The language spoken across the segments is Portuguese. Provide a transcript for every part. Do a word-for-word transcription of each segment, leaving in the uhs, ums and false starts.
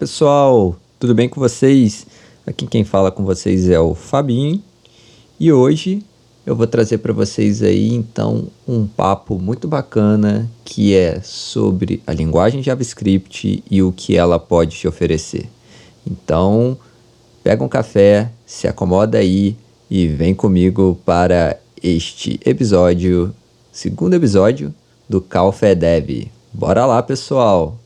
pessoal, tudo bem com vocês? Aqui quem fala com vocês é o Fabinho e hoje eu vou trazer para vocês aí então um papo muito bacana que é sobre a linguagem JavaScript e o que ela pode te oferecer. Então, pega um café, se acomoda aí e vem comigo para este episódio, segundo episódio do Café Dev. Bora lá, pessoal!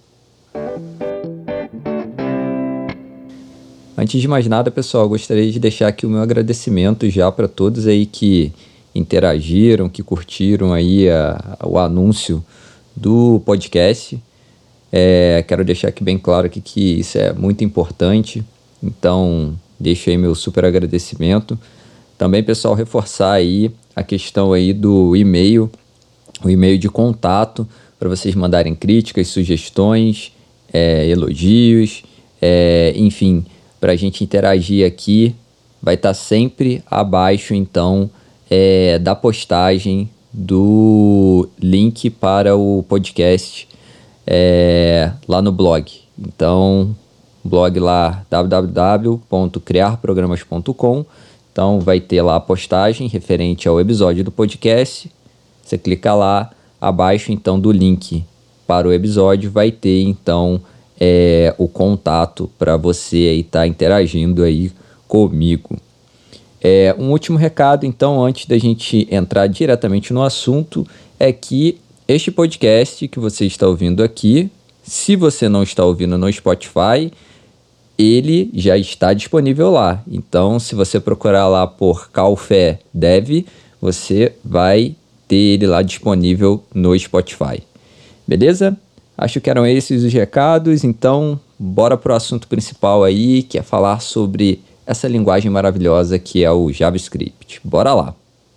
Antes de mais nada, pessoal, gostaria de deixar aqui o meu agradecimento já para todos aí que interagiram, que curtiram aí a, o anúncio do podcast. É, quero deixar aqui bem claro aqui que isso é muito importante, então deixo aí meu super agradecimento. Também, pessoal, reforçar aí a questão aí do e-mail, o e-mail de contato, para vocês mandarem críticas, sugestões, é, elogios, é, enfim, para a gente interagir aqui, vai estar tá sempre abaixo, então, é, da postagem do link para o podcast é, lá no blog. Então, blog lá, w w w ponto criar programas ponto com. Então, vai ter lá a postagem referente ao episódio do podcast. Você clica lá, abaixo, então, do link para o episódio, vai ter, então, É, o contato para você aí estar tá interagindo aí comigo. É, um último recado, então, antes da gente entrar diretamente no assunto, é que este podcast que você está ouvindo aqui, se você não está ouvindo no Spotify, ele já está disponível lá. Então, se você procurar lá por Café Dev, você vai ter ele lá disponível no Spotify. Beleza? Acho que eram esses os recados, então bora para o assunto principal aí, que é falar sobre essa linguagem maravilhosa que é o JavaScript. Bora lá!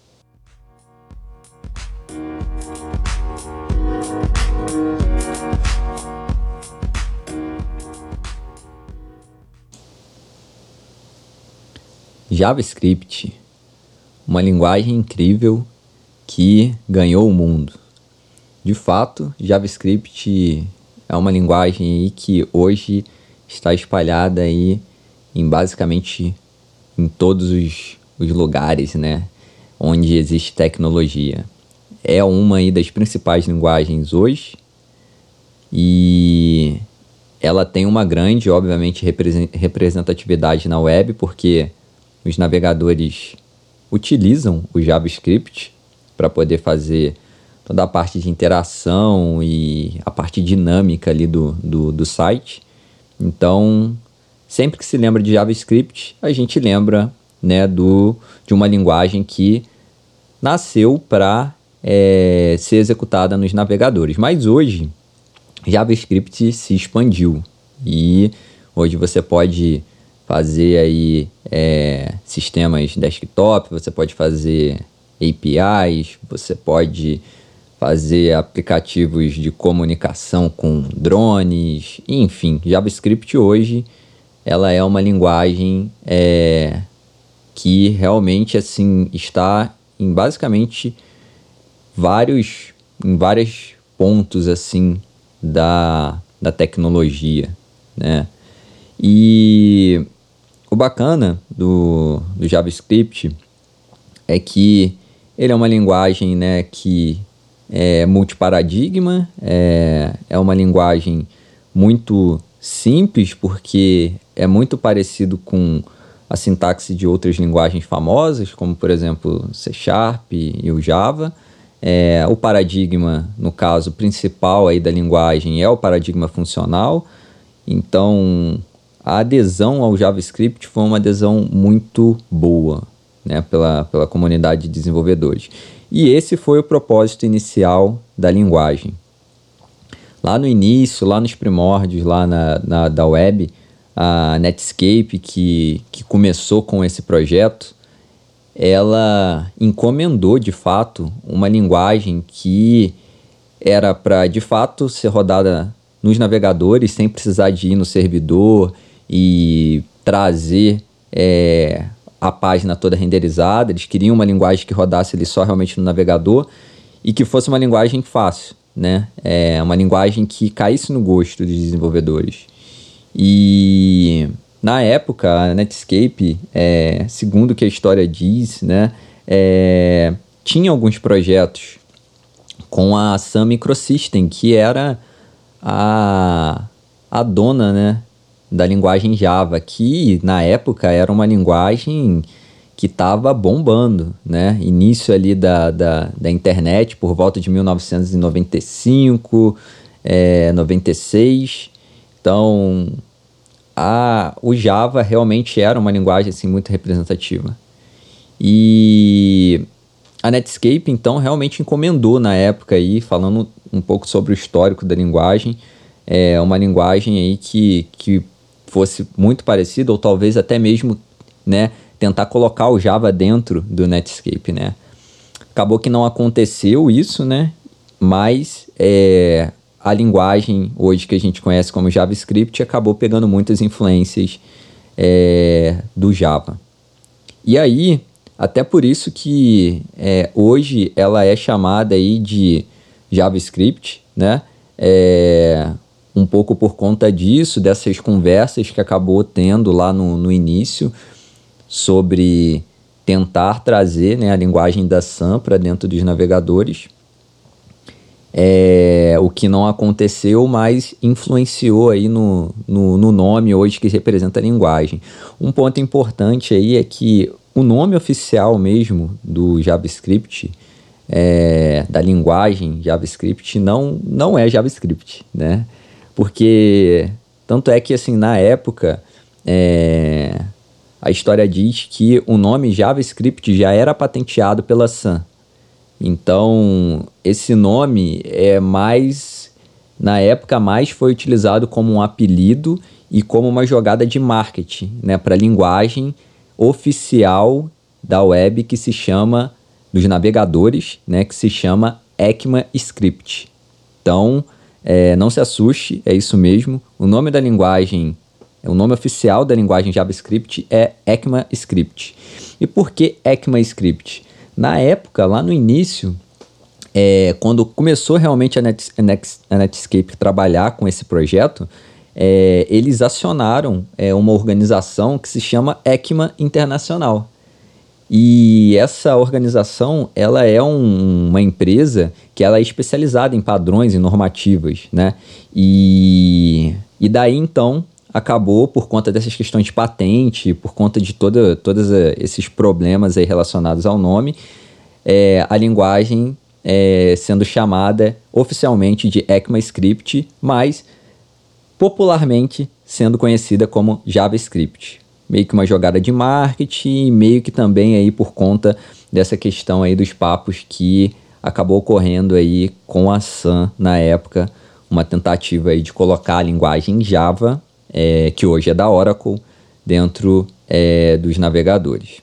JavaScript, uma linguagem incrível que ganhou o mundo. De fato, JavaScript é uma linguagem aí que hoje está espalhada aí em basicamente em todos os, os lugares, né, onde existe tecnologia. É uma aí das principais linguagens hoje e ela tem uma grande, obviamente, representatividade na web, porque os navegadores utilizam o JavaScript para poder fazer toda a parte de interação e a parte dinâmica ali do, do, do site. Então, sempre que se lembra de JavaScript, a gente lembra, né, do, de uma linguagem que nasceu para é, ser executada nos navegadores. Mas hoje, JavaScript se expandiu e hoje você pode fazer aí, é, sistemas desktop, você pode fazer A P Is, você pode fazer aplicativos de comunicação com drones, enfim, JavaScript hoje ela é uma linguagem é, que realmente assim está em basicamente vários, em vários pontos assim da, da tecnologia, né? E o bacana do, do JavaScript é que ele é uma linguagem, né, que é multiparadigma, é, é uma linguagem muito simples, porque é muito parecido com a sintaxe de outras linguagens famosas, como, por exemplo, C Sharp e o Java. É, o paradigma, no caso principal aí da linguagem, é o paradigma funcional. Então, a adesão ao JavaScript foi uma adesão muito boa, né, pela, pela comunidade de desenvolvedores. E esse foi o propósito inicial da linguagem. Lá no início, lá nos primórdios, lá na, na, da web, a Netscape, que, que começou com esse projeto, ela encomendou, de fato, uma linguagem que era para, de fato, ser rodada nos navegadores, sem precisar de ir no servidor e trazer é, a página toda renderizada. Eles queriam uma linguagem que rodasse ali só realmente no navegador e que fosse uma linguagem fácil, né? É uma linguagem que caísse no gosto dos desenvolvedores. E na época, a Netscape, é, segundo o que a história diz, né, é, tinha alguns projetos com a Sun Microsystem, que era a, a dona, né, da linguagem Java, que na época era uma linguagem que estava bombando, né? Início ali da, da, da internet, por volta de mil novecentos e noventa e cinco, é, noventa e seis. Então, a, o Java realmente era uma linguagem assim, muito representativa. E a Netscape, então, realmente encomendou na época, aí, falando um pouco sobre o histórico da linguagem, é uma linguagem aí que, que fosse muito parecida, ou talvez até mesmo, né, tentar colocar o Java dentro do Netscape, né? Acabou que não aconteceu isso, né? Mas é, a linguagem hoje que a gente conhece como JavaScript acabou pegando muitas influências é, do Java. E aí, até por isso que é, hoje ela é chamada aí de JavaScript, né? É, um pouco por conta disso, dessas conversas que acabou tendo lá no, no início, sobre tentar trazer, né, a linguagem da Sun para dentro dos navegadores. É, o que não aconteceu, mas influenciou aí no, no, no nome hoje que representa a linguagem. Um ponto importante aí é que o nome oficial mesmo do JavaScript, é, da linguagem JavaScript, não, não é JavaScript, né? Porque, tanto é que assim, na época, é, a história diz que o nome JavaScript já era patenteado pela Sun. Então, esse nome é mais, na época, mais foi utilizado como um apelido e como uma jogada de marketing, né, para a linguagem oficial da web que se chama, dos navegadores, né, que se chama ECMAScript. Então, é, não se assuste, é isso mesmo. O nome da linguagem, o nome oficial da linguagem JavaScript é ECMAScript. E por que ECMAScript? Na época, lá no início, é, quando começou realmente a, Net, a, Net, a Netscape trabalhar com esse projeto, é, eles acionaram é, uma organização que se chama ECMA Internacional. E essa organização, ela é um, uma empresa que ela é especializada em padrões e normativas, né? E, e daí, então, acabou, por conta dessas questões de patente, por conta de toda, todos esses problemas aí relacionados ao nome, é, a linguagem é, sendo chamada oficialmente de ECMAScript, mas popularmente sendo conhecida como JavaScript. Meio que uma jogada de marketing, meio que também aí por conta dessa questão aí dos papos que acabou ocorrendo aí com a Sun na época, uma tentativa aí de colocar a linguagem Java, É, que hoje é da Oracle, dentro é, dos navegadores.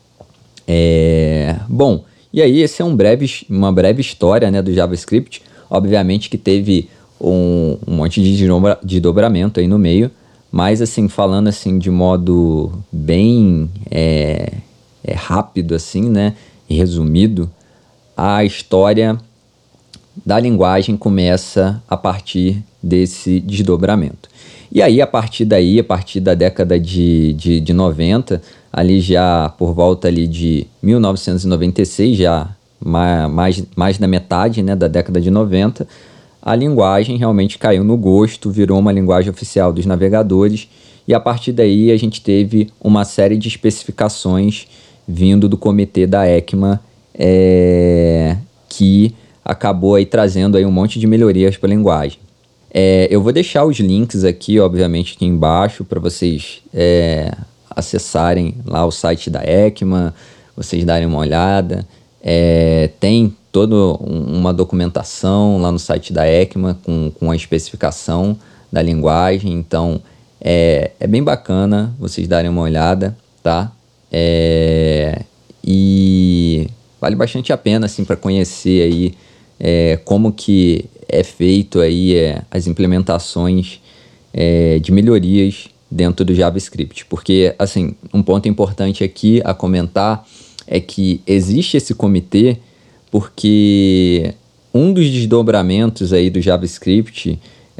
É, bom, e aí esse é um breve, uma breve história, né, do JavaScript. Obviamente que teve um, um monte de desdobramento aí no meio, mas assim, falando assim de modo bem é, é rápido assim, né, e resumido, a história da linguagem começa a partir desse desdobramento. E aí, a partir daí, a partir da década de, de, de noventa, ali já por volta ali de mil novecentos e noventa e seis, já mais, mais da metade, né, da década de noventa, a linguagem realmente caiu no gosto, virou uma linguagem oficial dos navegadores, e a partir daí a gente teve uma série de especificações vindo do comitê da ECMA, é, que acabou aí trazendo aí um monte de melhorias para a linguagem. É, eu vou deixar os links aqui, obviamente, aqui embaixo, para vocês é, acessarem lá o site da ECMA, vocês darem uma olhada. É, tem toda uma documentação lá no site da ECMA com, com a especificação da linguagem, então é, é bem bacana vocês darem uma olhada, tá? É, e vale bastante a pena, assim, para conhecer aí é, como que é feito aí é, as implementações é, de melhorias dentro do JavaScript. Porque, assim, um ponto importante aqui a comentar é que existe esse comitê porque um dos desdobramentos aí do JavaScript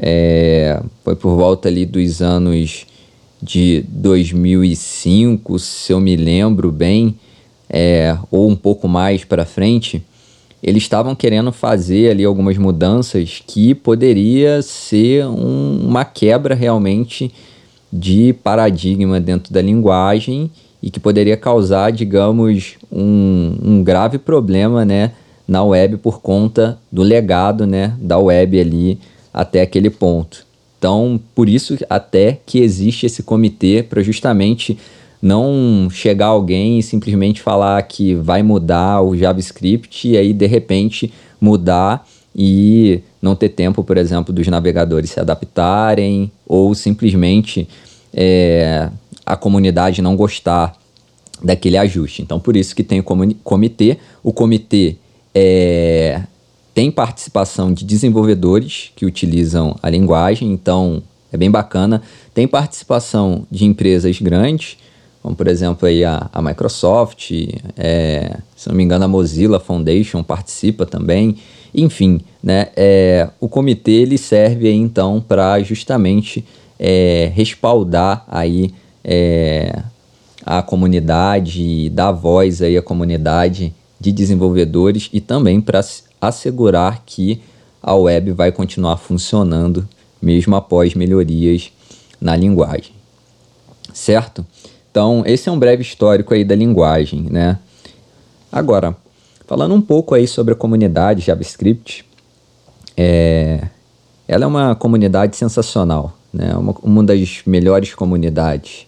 É, foi por volta ali dos anos de dois mil e cinco, se eu me lembro bem, é, ou um pouco mais para frente, eles estavam querendo fazer ali algumas mudanças que poderia ser um, uma quebra realmente de paradigma dentro da linguagem e que poderia causar, digamos, um, um grave problema, né, na web por conta do legado, né, da web ali até aquele ponto. Então, por isso até que existe esse comitê para justamente não chegar alguém e simplesmente falar que vai mudar o JavaScript e aí de repente mudar e não ter tempo, por exemplo, dos navegadores se adaptarem ou simplesmente é, a comunidade não gostar daquele ajuste. Então, por isso que tem o comitê. O comitê é, tem participação de desenvolvedores que utilizam a linguagem, então é bem bacana. Tem participação de empresas grandes, como por exemplo aí a, a Microsoft, é, se não me engano a Mozilla Foundation participa também. Enfim, né, é, o comitê ele serve aí, então para justamente é, respaldar aí, é, a comunidade, dar voz aí à comunidade de desenvolvedores e também para assegurar que a web vai continuar funcionando mesmo após melhorias na linguagem, certo? Então, esse é um breve histórico aí da linguagem, né? Agora, falando um pouco aí sobre a comunidade JavaScript, é, ela é uma comunidade sensacional, né? Uma, uma das melhores comunidades.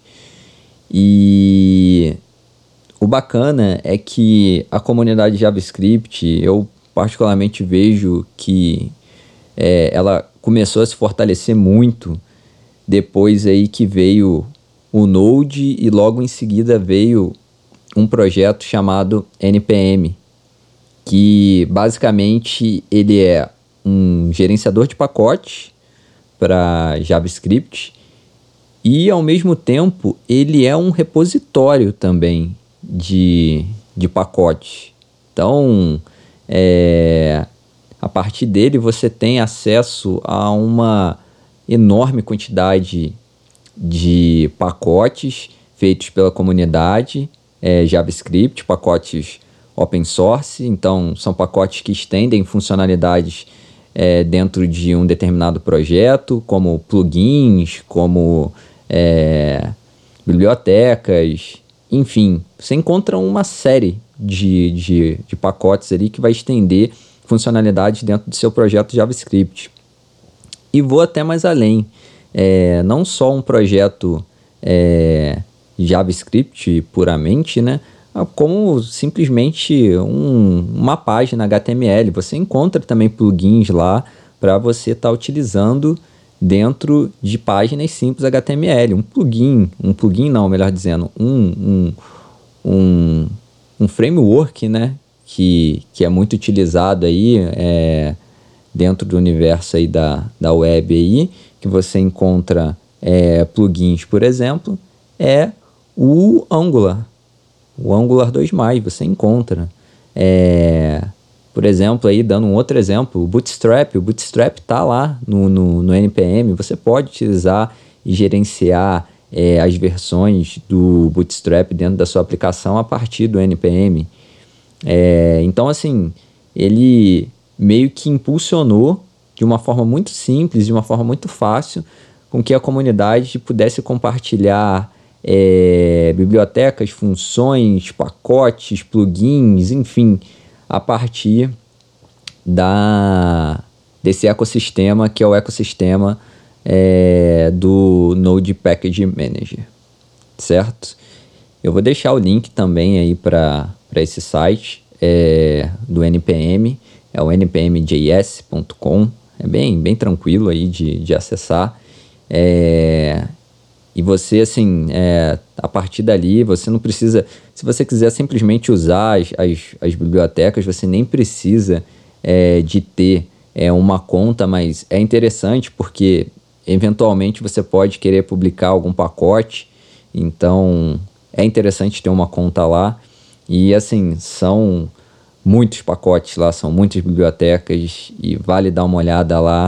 E o bacana é que a comunidade JavaScript, eu particularmente vejo que é, ela começou a se fortalecer muito depois aí que veio o Node e logo em seguida veio um projeto chamado N P M, que basicamente ele é um gerenciador de pacotes para JavaScript e ao mesmo tempo ele é um repositório também de, de pacotes. Então, é, a partir dele você tem acesso a uma enorme quantidade de pacotes feitos pela comunidade é, JavaScript, pacotes open source, então são pacotes que estendem funcionalidades é, dentro de um determinado projeto, como plugins, como é, bibliotecas, enfim, você encontra uma série de, de, de pacotes ali que vai estender funcionalidades dentro do seu projeto JavaScript. E vou até mais além. É, não só um projeto é, JavaScript puramente, né, como simplesmente um, uma página H T M L. Você encontra também plugins lá para você estar tá utilizando dentro de páginas simples H T M L. Um plugin, um plugin não, melhor dizendo, um, um, um, um framework, né, que, que é muito utilizado aí é, dentro do universo aí da, da web aí, que você encontra é, plugins, por exemplo, é o Angular. O Angular dois mais, você encontra. É, por exemplo, aí, dando um outro exemplo, o Bootstrap. O Bootstrap está lá no, no, no N P M. Você pode utilizar e gerenciar é, as versões do Bootstrap dentro da sua aplicação a partir do N P M. É, então, assim, ele meio que impulsionou de uma forma muito simples, de uma forma muito fácil, com que a comunidade pudesse compartilhar é, bibliotecas, funções, pacotes, plugins, enfim, a partir da, desse ecossistema que é o ecossistema é, do Node Package Manager, certo? Eu vou deixar o link também aí para esse site é, do N P M, é o n p m j s ponto com. É bem, bem tranquilo aí de, de acessar. É, e você, assim, é, a partir dali, você não precisa... Se você quiser simplesmente usar as, as, as bibliotecas, você nem precisa é, de ter é, uma conta, mas é interessante porque, eventualmente, você pode querer publicar algum pacote. Então, é interessante ter uma conta lá. E, assim, são... muitos pacotes lá, são muitas bibliotecas e vale dar uma olhada lá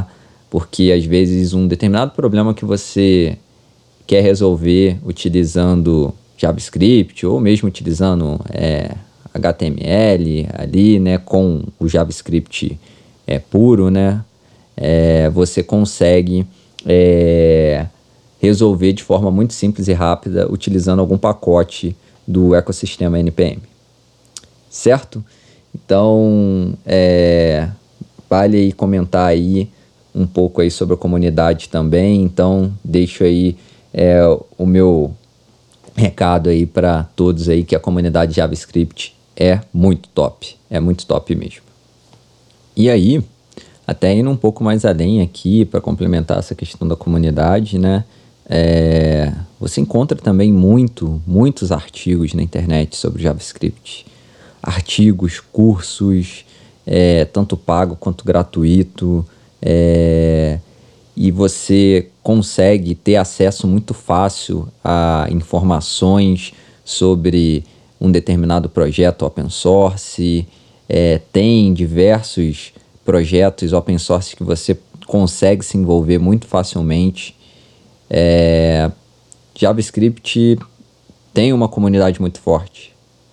porque às vezes um determinado problema que você quer resolver utilizando JavaScript ou mesmo utilizando é, H T M L ali, né, com o JavaScript é, puro, né, é, você consegue é, resolver de forma muito simples e rápida utilizando algum pacote do ecossistema N P M, certo? Então, é, vale aí comentar aí um pouco aí sobre a comunidade também, então deixo aí é, o meu recado aí para todos aí que a comunidade JavaScript é muito top, é muito top mesmo. E aí, até indo um pouco mais além aqui para complementar essa questão da comunidade, né? É, você encontra também muito, muitos artigos na internet sobre JavaScript. Artigos, cursos, é, tanto pago quanto gratuito, é, e você consegue ter acesso muito fácil a informações sobre um determinado projeto open source. É, tem diversos projetos open source que você consegue se envolver muito facilmente. É, JavaScript tem uma comunidade muito forte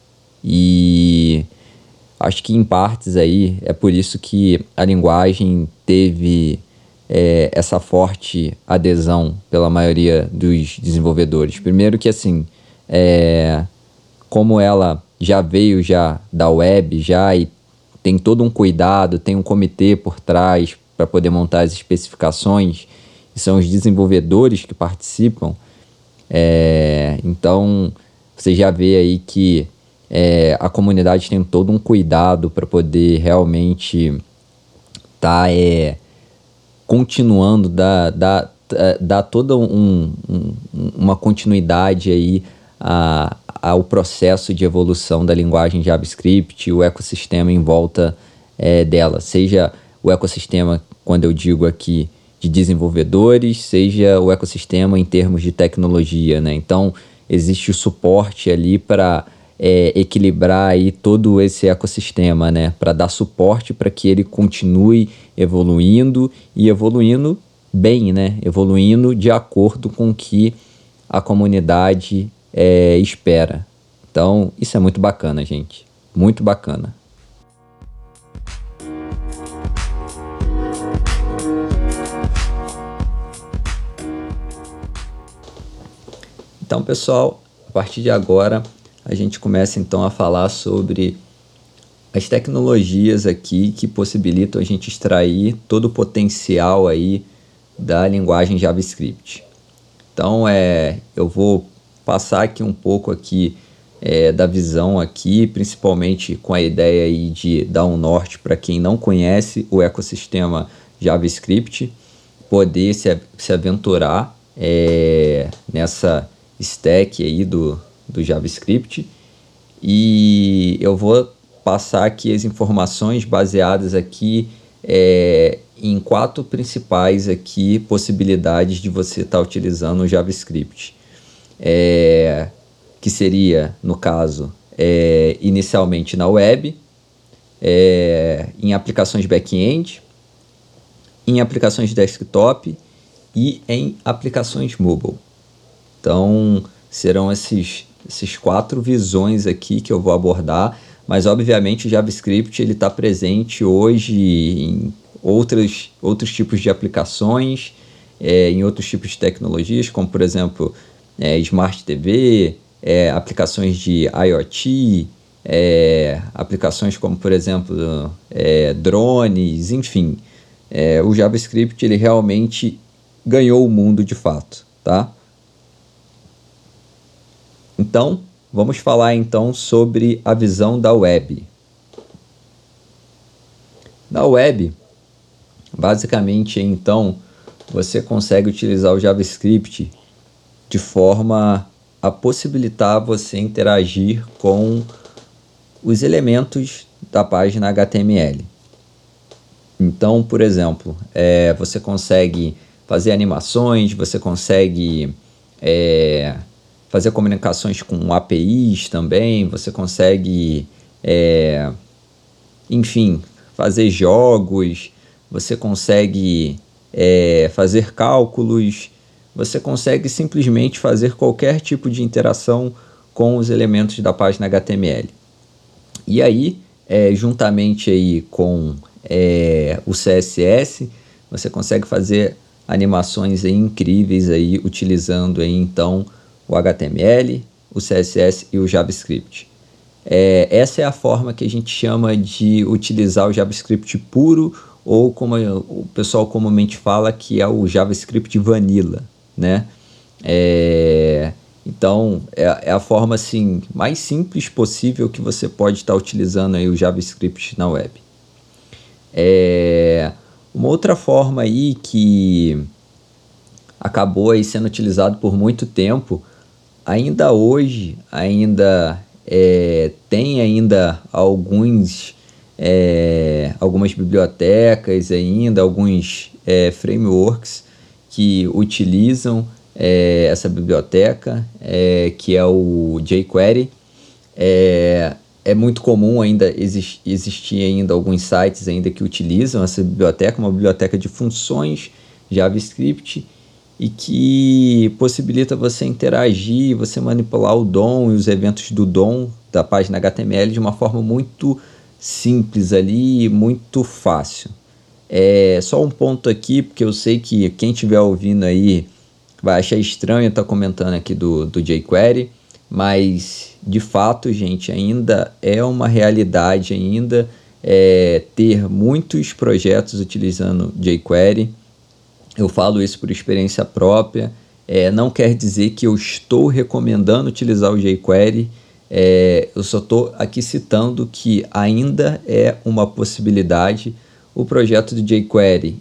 e acho que em partes aí é por isso que a linguagem teve é, essa forte adesão pela maioria dos desenvolvedores. Primeiro que assim, é, como ela já veio já da web já e tem todo um cuidado, tem um comitê por trás para poder montar as especificações, e são os desenvolvedores que participam, é, então você já vê aí que é, a comunidade tem todo um cuidado para poder realmente estar tá, é, continuando, dar, dar, dar toda um, um, uma continuidade aí a, ao processo de evolução da linguagem JavaScript, o ecossistema em volta é, dela, seja o ecossistema, quando eu digo aqui, de desenvolvedores, seja o ecossistema em termos de tecnologia, né? Então, existe o suporte ali para é, equilibrar aí todo esse ecossistema, né? Para dar suporte para que ele continue evoluindo e evoluindo bem, né? Evoluindo de acordo com o que a comunidade é, espera. Então, isso é muito bacana, gente. Muito bacana. Então, pessoal, a partir de agora, a gente começa então a falar sobre as tecnologias aqui que possibilitam a gente extrair todo o potencial aí da linguagem JavaScript. Então, é, eu vou passar aqui um pouco aqui é, da visão aqui, principalmente com a ideia aí de dar um norte para quem não conhece o ecossistema JavaScript, poder se, se aventurar é, nessa stack aí do, do JavaScript, e eu vou passar aqui as informações baseadas aqui é, em quatro principais aqui possibilidades de você estar tá utilizando o JavaScript, é, que seria, no caso, é, inicialmente na web, é, em aplicações back-end, em aplicações desktop e em aplicações mobile. Então, serão esses, esses quatro visões aqui que eu vou abordar, mas obviamente o JavaScript ele está presente hoje em outros, outros tipos de aplicações, é, em outros tipos de tecnologias, como por exemplo, é, Smart T V, é, aplicações de IoT, é, aplicações como por exemplo, é, drones, enfim. É, o JavaScript ele realmente ganhou o mundo de fato, tá? Então, vamos falar então sobre a visão da web. Na web, basicamente, então, você consegue utilizar o JavaScript de forma a possibilitar você interagir com os elementos da página H T M L. Então, por exemplo, é, você consegue fazer animações, você consegue... É, fazer comunicações com A P Is também, você consegue, é, enfim, fazer jogos, você consegue é, fazer cálculos, você consegue simplesmente fazer qualquer tipo de interação com os elementos da página H T M L. E aí, é, juntamente aí com é, o C S S, você consegue fazer animações aí incríveis aí, utilizando aí, então, o H T M L, o C S S e o JavaScript. É, essa é a forma que a gente chama de utilizar o JavaScript puro, ou como o pessoal comumente fala, que é o JavaScript Vanilla, né? É, então, é, é a forma assim, mais simples possível que você pode estar utilizando aí o JavaScript na web. É, uma outra forma aí que acabou aí sendo utilizado por muito tempo, ainda hoje, ainda é, tem ainda alguns, é, algumas bibliotecas ainda, alguns é, frameworks que utilizam é, essa biblioteca, é, que é o jQuery. É, é muito comum ainda exist, existir ainda alguns sites ainda que utilizam essa biblioteca, uma biblioteca de funções JavaScript, e que possibilita você interagir, você manipular o D O M e os eventos do D O M da página H T M L de uma forma muito simples ali, muito fácil. É só um ponto aqui, porque eu sei que quem estiver ouvindo aí vai achar estranho estar comentando aqui do, do jQuery, mas de fato, gente, ainda é uma realidade ainda é, ter muitos projetos utilizando jQuery. Eu falo isso por experiência própria, é, não quer dizer que eu estou recomendando utilizar o jQuery, é, eu só estou aqui citando que ainda é uma possibilidade. O projeto do jQuery,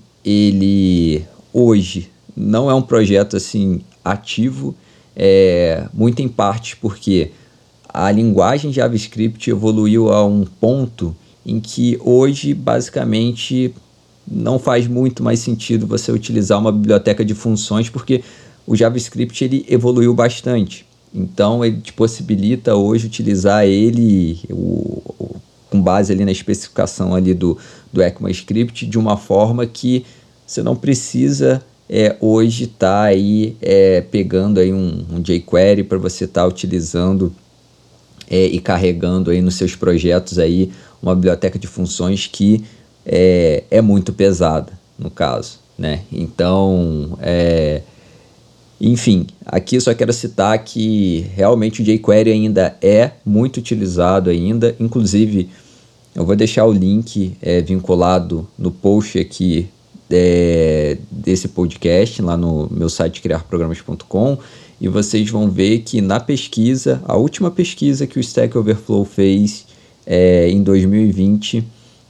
ele hoje não é um projeto assim ativo, é, muito em parte porque a linguagem JavaScript evoluiu a um ponto em que hoje basicamente não faz muito mais sentido você utilizar uma biblioteca de funções, porque o JavaScript ele evoluiu bastante. Então ele te possibilita hoje utilizar ele o, o, com base ali na especificação ali do, do ECMAScript de uma forma que você não precisa é, hoje estar tá aí é, pegando aí um, um jQuery para você estar tá utilizando é, e carregando aí nos seus projetos aí uma biblioteca de funções que É, é muito pesada, no caso, né? Então, é, enfim, aqui só quero citar que realmente o jQuery ainda é muito utilizado ainda, inclusive eu vou deixar o link é, vinculado no post aqui é, desse podcast, lá no meu site criar programas ponto com, e vocês vão ver que na pesquisa, a última pesquisa que o Stack Overflow fez é, em dois mil e vinte,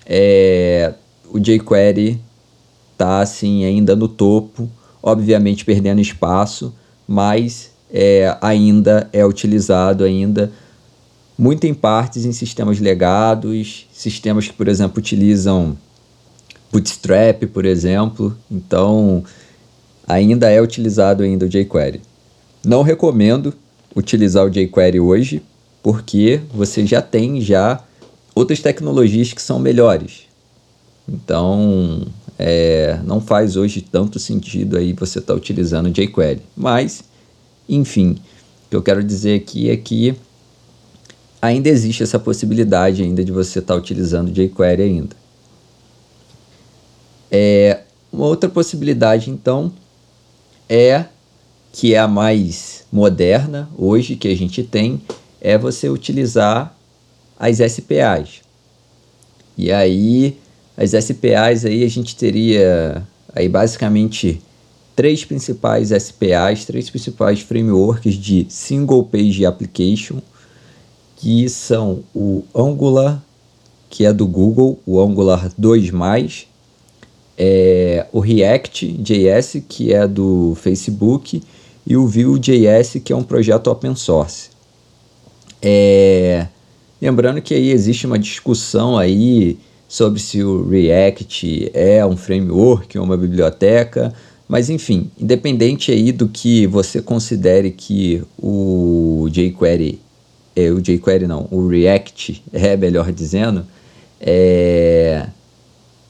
É, o jQuery está assim, ainda no topo, obviamente perdendo espaço, mas é, ainda é utilizado ainda muito em partes em sistemas legados, sistemas que, por exemplo, utilizam Bootstrap, por exemplo. Então, ainda é utilizado ainda o jQuery. Não recomendo utilizar o jQuery hoje, porque você já tem já outras tecnologias que são melhores. Então, é, não faz hoje tanto sentido aí você estar tá utilizando o jQuery. Mas, enfim, o que eu quero dizer aqui é que ainda existe essa possibilidade ainda de você estar tá utilizando o jQuery ainda. É, uma outra possibilidade, então, é que é a mais moderna hoje que a gente tem, é você utilizar as S P As. E aí, as S P As aí a gente teria aí basicamente três principais S P As, três principais frameworks de Single Page Application, que são o Angular, que é do Google, o Angular dois mais, é, o React.js, que é do Facebook, e o Vue.js, que é um projeto open source. É... Lembrando que aí existe uma discussão aí sobre se o React é um framework ou uma biblioteca, mas enfim, independente aí do que você considere que o jQuery, é, o jQuery não, o React é, melhor dizendo, é,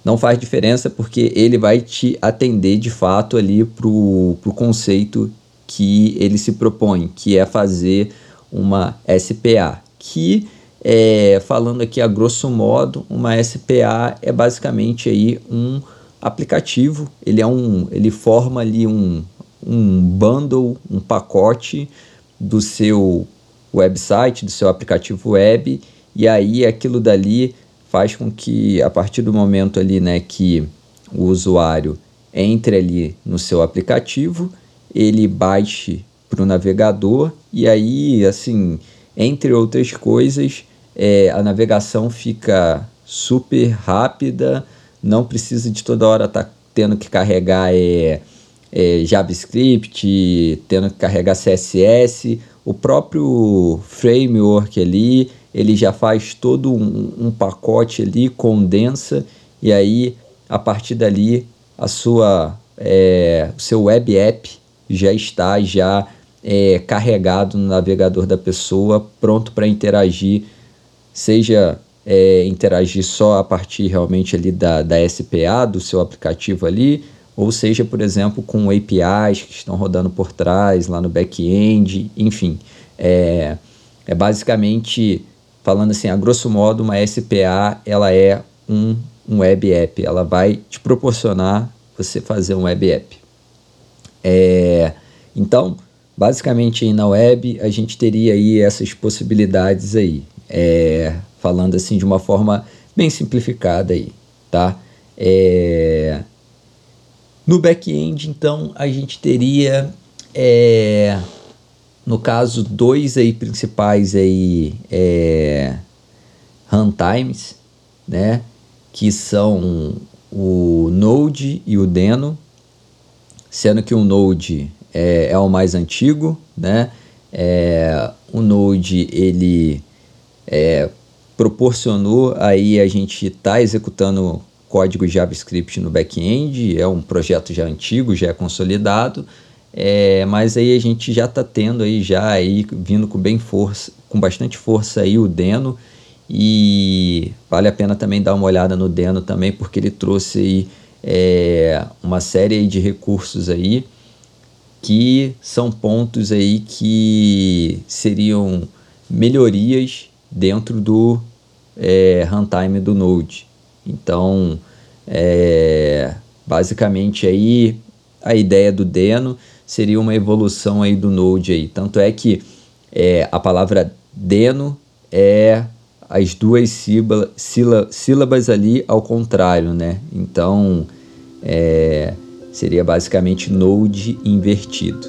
não faz diferença porque ele vai te atender de fato ali para o conceito que ele se propõe, que é fazer uma S P A, que é, falando aqui a grosso modo, uma S P A é basicamente aí um aplicativo, ele, é um, ele forma ali um, um bundle, um pacote do seu website, do seu aplicativo web, e aí aquilo dali faz com que a partir do momento ali, né, que o usuário entre ali no seu aplicativo, ele baixe para o navegador e aí, assim, entre outras coisas, é, a navegação fica super rápida, não precisa de toda hora estar tá tendo que carregar é, é, JavaScript, tendo que carregar C S S, o próprio framework ali, ele já faz todo um, um pacote ali, condensa, e aí, a partir dali, a sua, é, o seu web app já está já é, carregado no navegador da pessoa, pronto para interagir, seja é, interagir só a partir realmente ali da, da S P A, do seu aplicativo ali, ou seja, por exemplo, com A P Is que estão rodando por trás, lá no back-end, enfim. É, é basicamente, falando assim, a grosso modo, uma S P A, ela é um, um web app, ela vai te proporcionar você fazer um web app. É, então, basicamente aí na web, a gente teria aí essas possibilidades aí, é, falando assim de uma forma bem simplificada aí, tá? É, no back-end, então, a gente teria, é, no caso, dois aí principais aí, é, runtimes, né? Que são o Node e o Deno, sendo que o Node é, é o mais antigo, né? É, o Node, ele é, proporcionou aí a gente tá executando código JavaScript no back-end, é um projeto já antigo, já é consolidado, é, mas aí a gente já está tendo aí já aí vindo com bem força, com bastante força aí o Deno, e vale a pena também dar uma olhada no Deno também, porque ele trouxe aí, é, uma série de recursos aí que são pontos aí que seriam melhorias dentro do é, runtime do Node. Então, é, basicamente aí a ideia do Deno seria uma evolução aí do Node aí. Tanto é que é, a palavra Deno é as duas sílaba, sílaba, sílabas ali ao contrário, né? Então, é, seria basicamente Node invertido.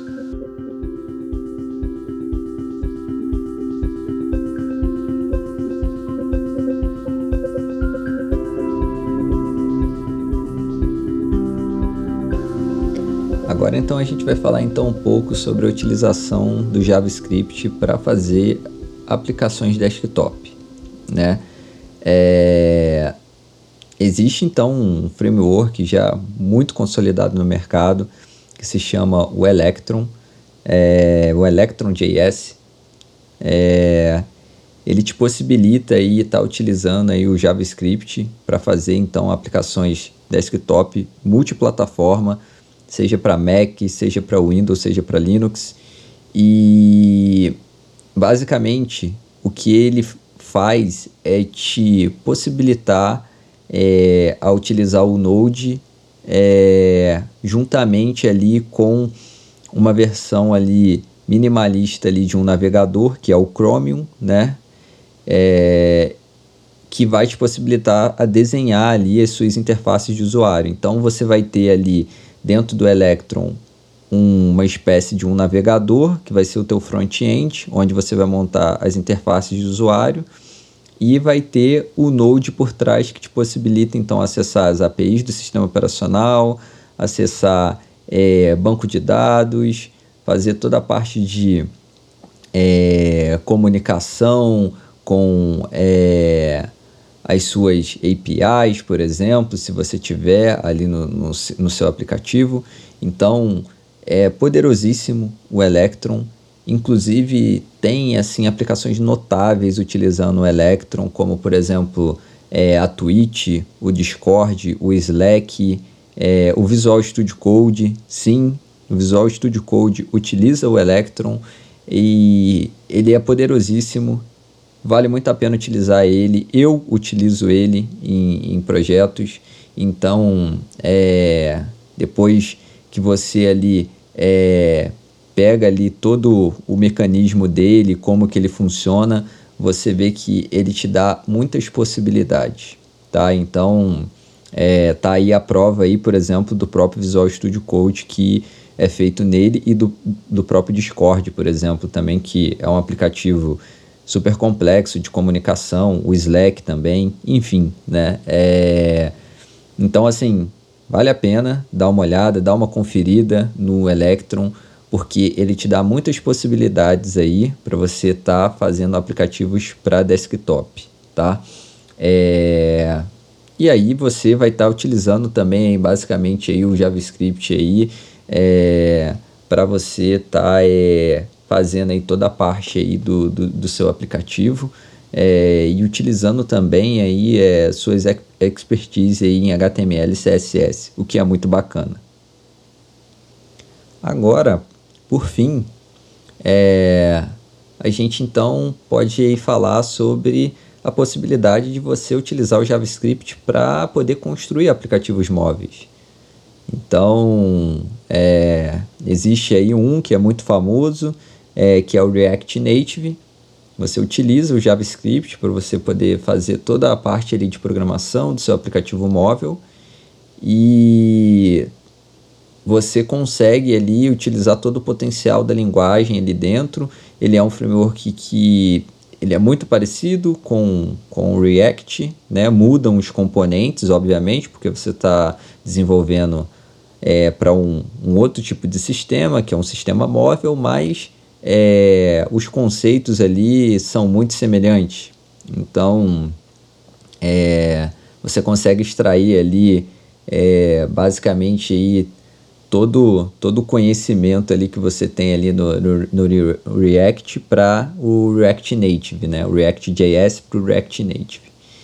Agora então a gente vai falar então um pouco sobre a utilização do JavaScript para fazer aplicações desktop, né? É... Existe então um framework já muito consolidado no mercado que se chama o Electron, é... o Electron.js. É... Ele te possibilita aí estar tá utilizando aí o JavaScript para fazer então aplicações desktop multiplataforma, seja para Mac, seja para Windows, seja para Linux, e basicamente o que ele faz é te possibilitar é, a utilizar o Node é, juntamente ali com uma versão ali minimalista ali de um navegador, que é o Chromium, né? É, que vai te possibilitar a desenhar ali as suas interfaces de usuário. Então você vai ter ali dentro do Electron um, uma espécie de um navegador, que vai ser o teu front-end, onde você vai montar as interfaces de usuário, e vai ter o Node por trás, que te possibilita então acessar as A P Is do sistema operacional, acessar é, banco de dados, fazer toda a parte de é, comunicação com é, as suas A P Is, por exemplo, se você tiver ali no, no, no seu aplicativo. Então, é poderosíssimo o Electron. Inclusive, tem assim, aplicações notáveis utilizando o Electron, como, por exemplo, é, a Twitch, o Discord, o Slack, é, o Visual Studio Code. Sim, o Visual Studio Code utiliza o Electron e ele é poderosíssimo, vale muito a pena utilizar ele. Eu utilizo ele em, em projetos, então é, depois que você ali é, pega ali todo o mecanismo dele, como que ele funciona, você vê que ele te dá muitas possibilidades, tá? Então, é, tá aí a prova aí, por exemplo, do próprio Visual Studio Code que é feito nele e do, do próprio Discord, por exemplo, também, que é um aplicativo super complexo de comunicação, o Slack também, enfim, né? É, então, assim, vale a pena dar uma olhada, dar uma conferida no Electron, porque ele te dá muitas possibilidades aí para você estar tá fazendo aplicativos para desktop, tá? É... E aí você vai estar tá utilizando também basicamente aí o JavaScript aí é... para você estar tá, é... fazendo aí toda a parte aí do, do, do seu aplicativo é... e utilizando também aí é, suas expertise aí em H T M L e C S S, o que é muito bacana. Agora, por fim, é, a gente então pode aí falar sobre a possibilidade de você utilizar o JavaScript para poder construir aplicativos móveis. Então, é, existe aí um que é muito famoso, é, que é o React Native. Você utiliza o JavaScript para você poder fazer toda a parte ali de programação do seu aplicativo móvel e você consegue ali utilizar todo o potencial da linguagem ali dentro. Ele é um framework que ele é muito parecido com, com o React, né? Mudam os componentes, obviamente, porque você está desenvolvendo é, para um, um outro tipo de sistema, que é um sistema móvel, mas é, os conceitos ali são muito semelhantes. Então, é, você consegue extrair ali é, basicamente aí, todo todo o conhecimento ali que você tem ali no, no, no React para o React Native, né? O React J S para o React Native.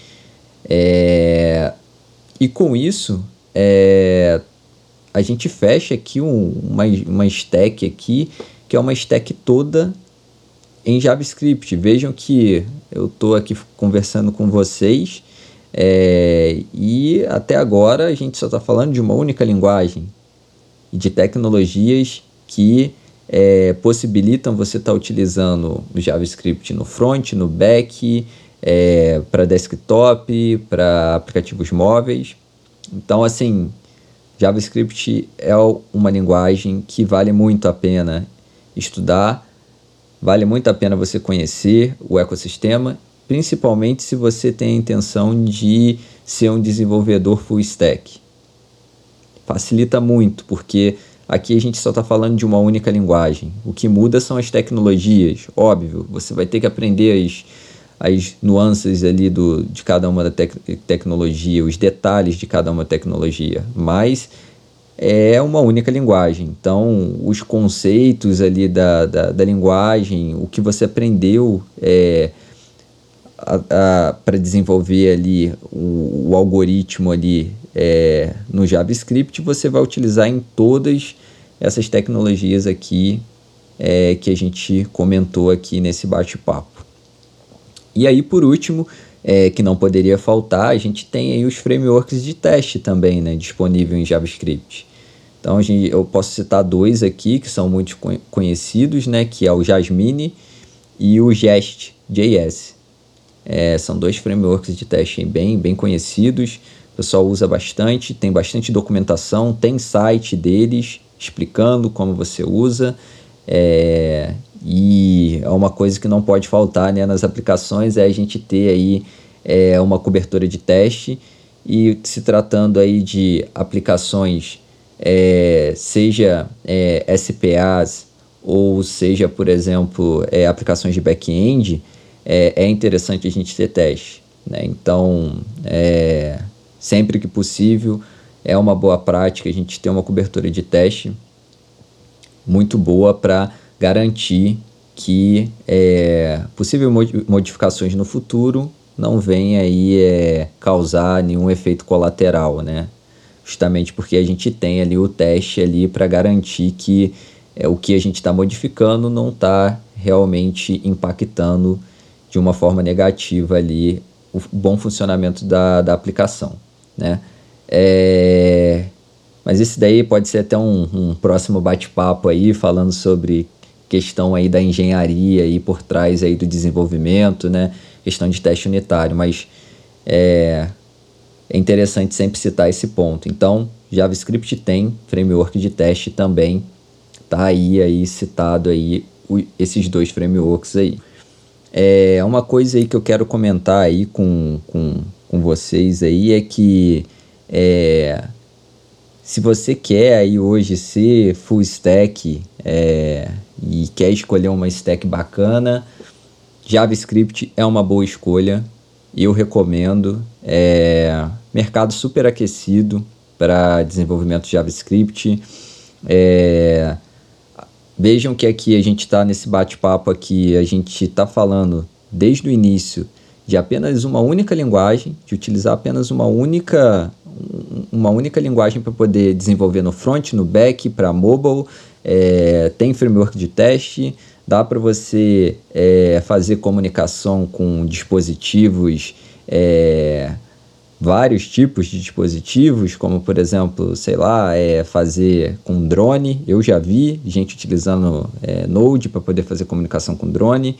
É, e com isso, é, a gente fecha aqui um, uma, uma stack aqui, que é uma stack toda em JavaScript. Vejam que eu estou aqui conversando com vocês é, e até agora a gente só está falando de uma única linguagem e de tecnologias que é, possibilitam você estar tá utilizando o JavaScript no front, no back, é, para desktop, para aplicativos móveis. Então, assim, JavaScript é uma linguagem que vale muito a pena estudar, vale muito a pena você conhecer o ecossistema, principalmente se você tem a intenção de ser um desenvolvedor full stack. Facilita muito, porque aqui a gente só está falando de uma única linguagem. O que muda são as tecnologias, óbvio. Você vai ter que aprender as, as nuances ali do, de cada uma da tec tecnologia, os detalhes de cada uma tecnologia, mas é uma única linguagem. Então, os conceitos ali da, da, da linguagem, o que você aprendeu é, para desenvolver ali o, o algoritmo ali é, no JavaScript, você vai utilizar em todas essas tecnologias aqui é, que a gente comentou aqui nesse bate-papo. E aí, por último, é, que não poderia faltar, a gente tem aí os frameworks de teste também, né, disponível em JavaScript. Então, a gente, eu posso citar dois aqui que são muito conhecidos, né, que é o Jasmine e o Jest J S. É, são dois frameworks de teste bem, bem conhecidos. O pessoal usa bastante, tem bastante documentação, tem site deles explicando como você usa, é, e é uma coisa que não pode faltar, né, nas aplicações, é a gente ter aí é, uma cobertura de teste, e se tratando aí de aplicações, é, seja é, S P As ou seja, por exemplo, é, aplicações de back-end, é, é interessante a gente ter teste, né? Então, é, sempre que possível, é uma boa prática a gente ter uma cobertura de teste muito boa para garantir que é, possíveis modificações no futuro não venha aí é, causar nenhum efeito colateral, né? Justamente porque a gente tem ali o teste ali para garantir que é, o que a gente está modificando não está realmente impactando de uma forma negativa ali o bom funcionamento da, da aplicação, né? É... Mas esse daí pode ser até um, um próximo bate-papo aí, falando sobre questão aí da engenharia aí por trás aí do desenvolvimento, né? Questão de teste unitário, mas é, é interessante sempre citar esse ponto. Então, JavaScript tem framework de teste também, tá aí, aí citado aí o, esses dois frameworks aí. É, uma coisa aí que eu quero comentar aí com, com, com vocês aí é que é, se você quer aí hoje ser full stack é, e quer escolher uma stack bacana, JavaScript é uma boa escolha, eu recomendo. É, mercado super aquecido para desenvolvimento de JavaScript. É, vejam que aqui a gente está nesse bate-papo aqui, a gente está falando desde o início de apenas uma única linguagem, de utilizar apenas uma única, uma única linguagem para poder desenvolver no front, no back, para mobile. É, tem framework de teste, dá para você é, fazer comunicação com dispositivos, é, vários tipos de dispositivos, como por exemplo, sei lá, é, fazer com drone. Eu já vi gente utilizando é, Node para poder fazer comunicação com drone.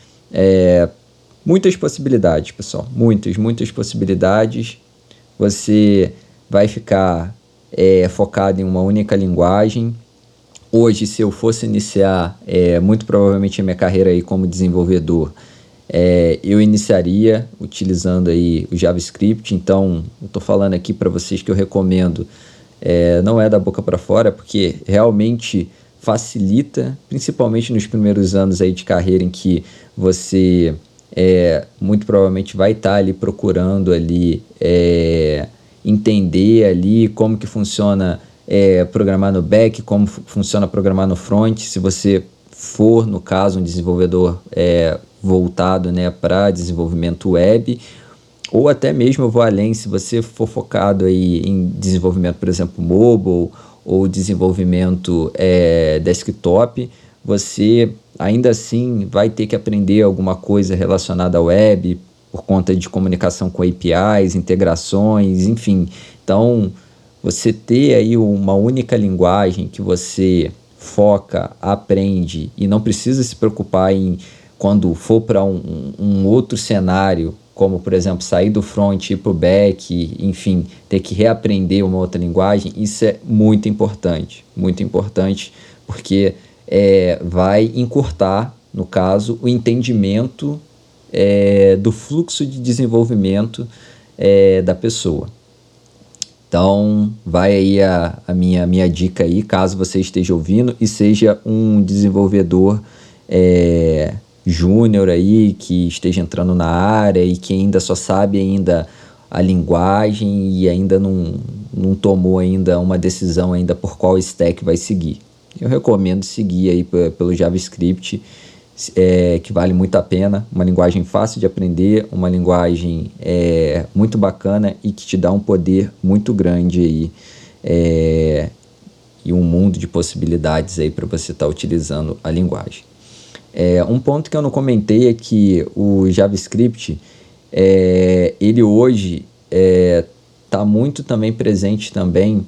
É, muitas possibilidades, pessoal, muitas, muitas possibilidades. Você vai ficar é, focado em uma única linguagem. Hoje, se eu fosse iniciar, é, muito provavelmente a minha carreira aí como desenvolvedor, é, eu iniciaria utilizando aí o JavaScript. Então, eu estou falando aqui para vocês que eu recomendo, é, não é da boca para fora, porque realmente facilita, principalmente nos primeiros anos aí de carreira em que você é, muito provavelmente vai estar tá ali procurando ali é, entender ali como que funciona É, programar no back, como f- funciona programar no front. Se você for, no caso, um desenvolvedor é, voltado, né, para desenvolvimento web, ou até mesmo eu vou além, se você for focado aí em desenvolvimento, por exemplo, mobile ou desenvolvimento é, desktop, você ainda assim vai ter que aprender alguma coisa relacionada à web por conta de comunicação com A P Is, integrações, enfim. Então, você ter aí uma única linguagem que você foca, aprende e não precisa se preocupar em, quando for para um, um outro cenário, como por exemplo sair do front e ir para o back, enfim, ter que reaprender uma outra linguagem, isso é muito importante, muito importante, porque é, vai encurtar, no caso, o entendimento é, do fluxo de desenvolvimento é, da pessoa. Então, vai aí a, a minha, minha dica aí, caso você esteja ouvindo e seja um desenvolvedor é, júnior aí, que esteja entrando na área e que ainda só sabe ainda a linguagem e ainda não, não tomou ainda uma decisão ainda por qual stack vai seguir. Eu recomendo seguir aí p- pelo JavaScript, É, que vale muito a pena, uma linguagem fácil de aprender, uma linguagem é, muito bacana e que te dá um poder muito grande aí, é, e um mundo de possibilidades aí para você estar tá utilizando a linguagem. É, um ponto que eu não comentei é que o JavaScript, é, ele hoje está é, muito também presente também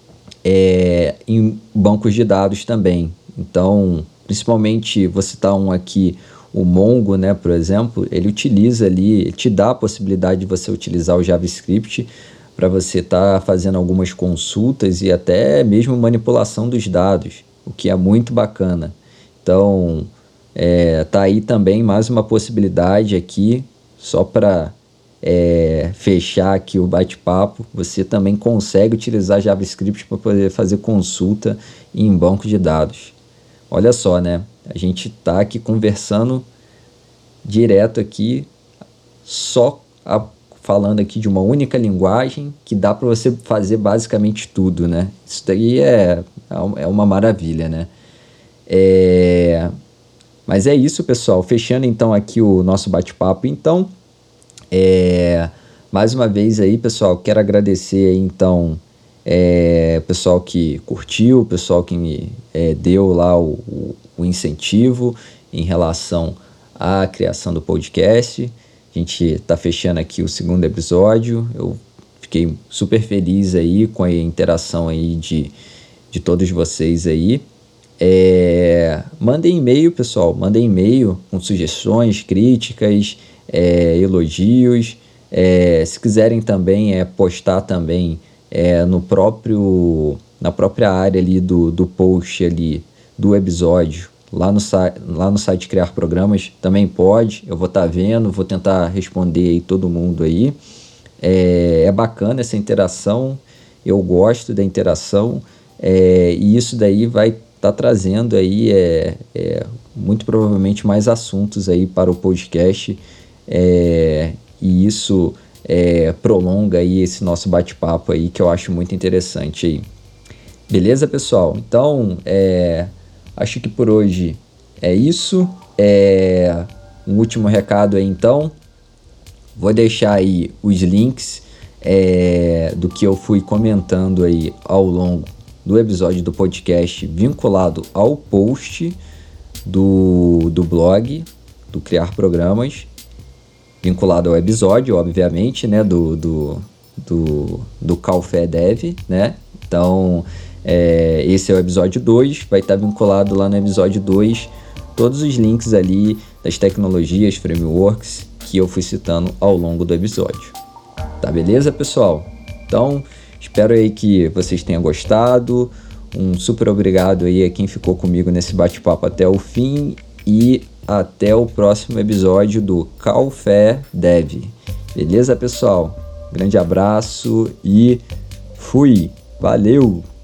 é, em bancos de dados também. Então, principalmente, vou citar um aqui, o Mongo, né, por exemplo, ele utiliza ali, ele te dá a possibilidade de você utilizar o JavaScript para você estar tá fazendo algumas consultas e até mesmo manipulação dos dados, o que é muito bacana. Então, é, tá aí também mais uma possibilidade aqui, só para é, fechar aqui o bate-papo, você também consegue utilizar JavaScript para poder fazer consulta em banco de dados. Olha só, né? A gente tá aqui conversando direto aqui, só a, falando aqui de uma única linguagem que dá para você fazer basicamente tudo, né? Isso daí é, é uma maravilha, né? É, mas é isso, pessoal. Fechando então aqui o nosso bate-papo, então, É, mais uma vez aí, pessoal, quero agradecer aí, então, é, o pessoal que curtiu, o pessoal que me é, deu lá o, o, o incentivo em relação à criação do podcast. A gente está fechando aqui o segundo episódio. Eu fiquei super feliz aí com a interação aí de, de todos vocês aí. É, mandem e-mail, pessoal, mandem e-mail com sugestões, críticas, é, elogios. É, se quiserem também é, postar também é, no próprio, na própria área ali do, do post ali do episódio, lá no, lá no site Criar Programas, também pode. Eu vou estar tá vendo, vou tentar responder aí todo mundo aí. É, é bacana essa interação, eu gosto da interação, é, e isso daí vai estar tá trazendo aí é, é, muito provavelmente mais assuntos aí para o podcast, é, e isso é, prolonga aí esse nosso bate-papo aí, que eu acho muito interessante aí. Beleza, pessoal? Então, é, acho que por hoje é isso. É, um último recado aí, então. Vou deixar aí os links é, do que eu fui comentando aí ao longo do episódio do podcast, vinculado ao post do, do blog, do Criar Programas, vinculado ao episódio, obviamente, né, do, do, do, do Café Dev, né? Então, é, esse é o episódio dois, vai estar vinculado lá no episódio dois, todos os links ali das tecnologias, frameworks, que eu fui citando ao longo do episódio. Tá beleza, pessoal? Então, espero aí que vocês tenham gostado. Um super obrigado aí a quem ficou comigo nesse bate-papo até o fim e até o próximo episódio do Café Dev. Beleza, pessoal? Grande abraço e fui! Valeu!